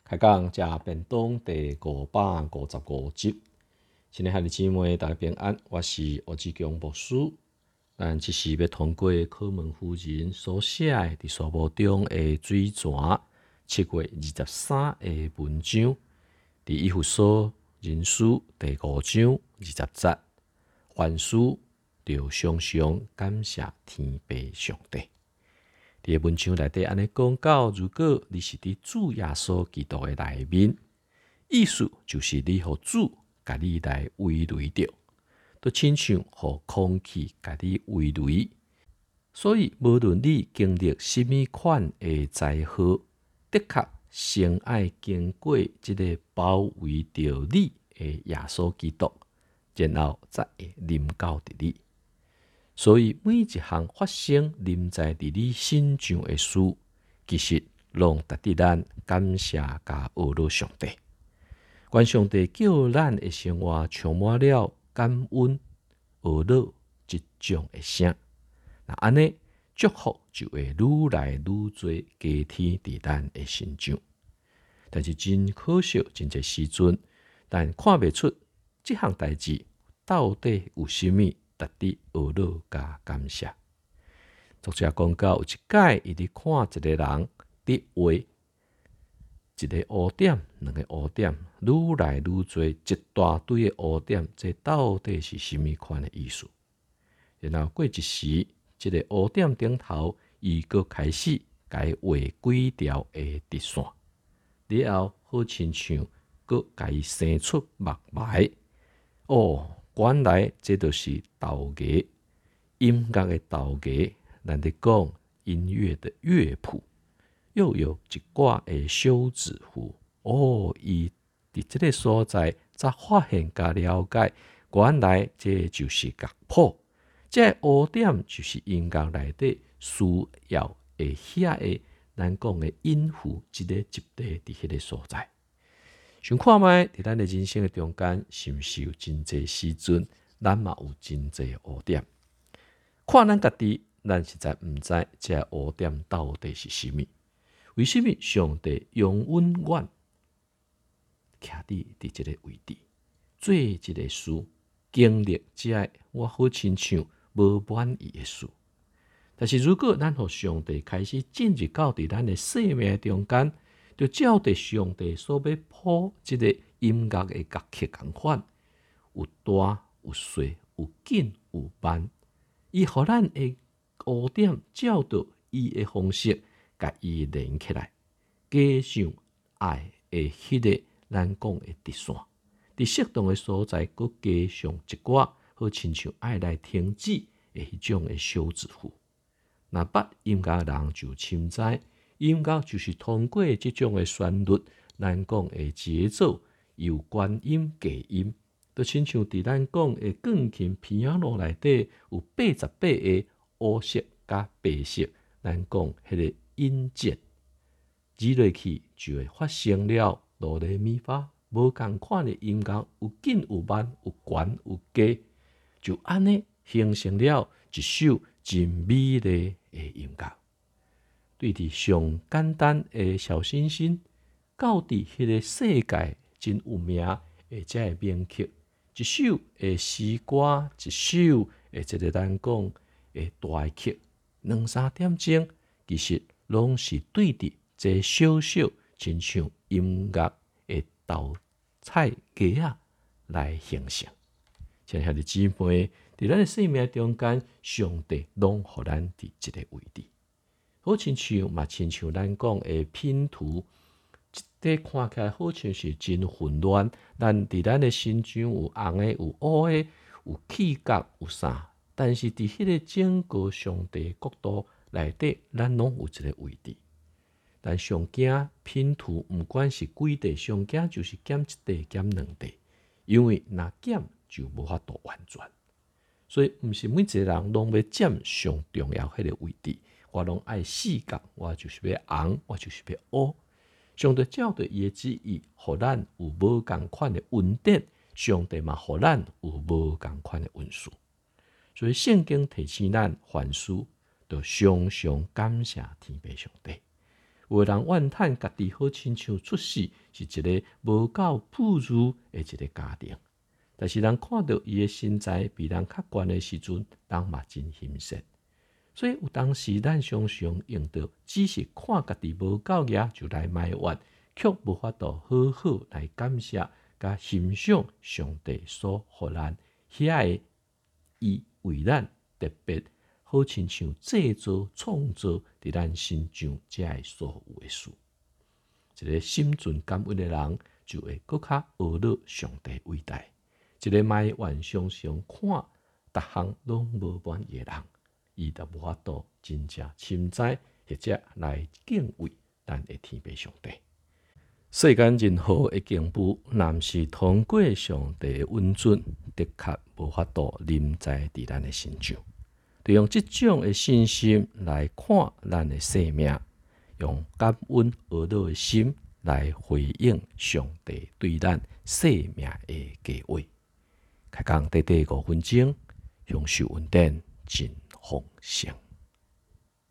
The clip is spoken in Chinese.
开讲食便当第555集，亲爱的兄弟姊妹，大家平安，我是欧志强牧师。咱即时要通过考门夫人所写的伫沙漠中的水泉7月23的文章，伫以弗所人书第5章20节，凡事就常常感谢天父上帝。伫文章内底安尼讲到，如果你是伫主耶稣基督的内面，意思就是你互主甲你来围围着，都亲像互空气甲你围围。所以无论你经历什么款的灾祸，的确先爱经过即个包围着你的耶稣基督，然后才会临到伫你。所以每一项发生临在伫你身上的事，其实拢值得咱感谢甲学乐上帝。愿上帝叫咱的生活充满了感恩、学乐即种的声。那安尼祝福就会愈来愈多加添伫咱的身上。但是真可惜，真侪时阵，但看袂出即项代志到底有啥物值得学乐甲感谢。作者讲到有一摆，伊伫看一个人伫画一个污点、两个污点，愈来愈多，一大堆的污点，这到底是啥物款的意思？然后过一时，这个污点顶头，伊佫开始甲伊画几条的直线，然后好亲像佫甲伊生出目牌。原来这就是陶艺，音乐的陶艺，咱咧讲音乐的乐谱，又有一挂的休止符。伊伫这个所在才发现甲了解，原来这就是乐谱，这个污点就是音乐内底需要会遐的咱讲的音符，一个集体伫迄个所在。想看觅伫咱的人生的中间，是毋是有真侪时阵，咱嘛有真侪污点？看咱家己，咱实在毋知这污点到底是啥物？为什么上帝永远徛伫这个位置，做一个事，经历这我好亲像无满意的事？但是如果咱互上帝开始进入到伫咱的生命中间，就照着上帝所要谱即个音乐的乐器共款，有大有细，有紧有慢，伊互咱的污点照着伊的方式，甲伊连起来，加上爱的迄个咱讲的直线，伫适当的所在，佮加上一寡好亲像爱来停止的迄种的休止符。那捌音乐的人就深知，音乐就是通过这种的旋律，咱讲的节奏，有关音、假音，就亲像伫咱讲的钢琴、piano 内底有88个黑色甲白色，咱讲迄个音节，指落去就会发生了哆来咪发，无共款的音乐，有紧有慢，有悬有低，就安尼形成了一首真美丽的音乐。对伫上简单的小星星，到伫迄个世界真有名的这个名曲，一首的诗歌，一首的这个咱讲的大曲，2-3点钟，其实拢是对伫这小小亲像音乐的豆菜芽来形成。亲爱的姊妹，伫咱的生命中间，上帝拢互咱伫一个位置。好亲像嘛，亲像咱讲的拼图，这看起来好像是真混乱。咱伫咱的心中有红的，有乌的，有气角，有啥？但是伫迄个整个上帝国度内底，咱拢有一个位置。但上惊拼图，毋管是几地，上惊就是减一地、减2地，因为若减就无法度完全。所以，毋是每一个人拢要占上重要迄个位置。我拢爱四角，我就是要红，我就是要乌。上帝照着伊的旨意，互咱有无共款的恩典，上帝嘛，互咱有无共款的恩赐。所以圣经提醒咱，凡事都常常感谢天父上帝。 有的人怨叹家己好亲像出世是一个无够富裕的一个家庭，但是人看到伊的身材比人较悬的时阵，人嘛真欣赏。所以有当时咱常常用到，只是看家己无够额就来埋怨，却无法度好好来感谢甲欣赏上帝所予咱遐个伊为咱特别好亲像制造创造伫咱身上遮个所有的事。一个心存感恩的人，就会更较学到上帝伟大。一个埋怨常常看逐项拢无满意的人，伊就无法度真正深知或者来敬畏咱的天父上帝。世间任何的敬步，若是通过上帝的恩准，的确无法度临在伫咱的身上。就用这种的信心来看咱的生命，用感恩学到的心来回应上帝对咱生命的计划。开讲短短5分钟，享受恩典真丰盛。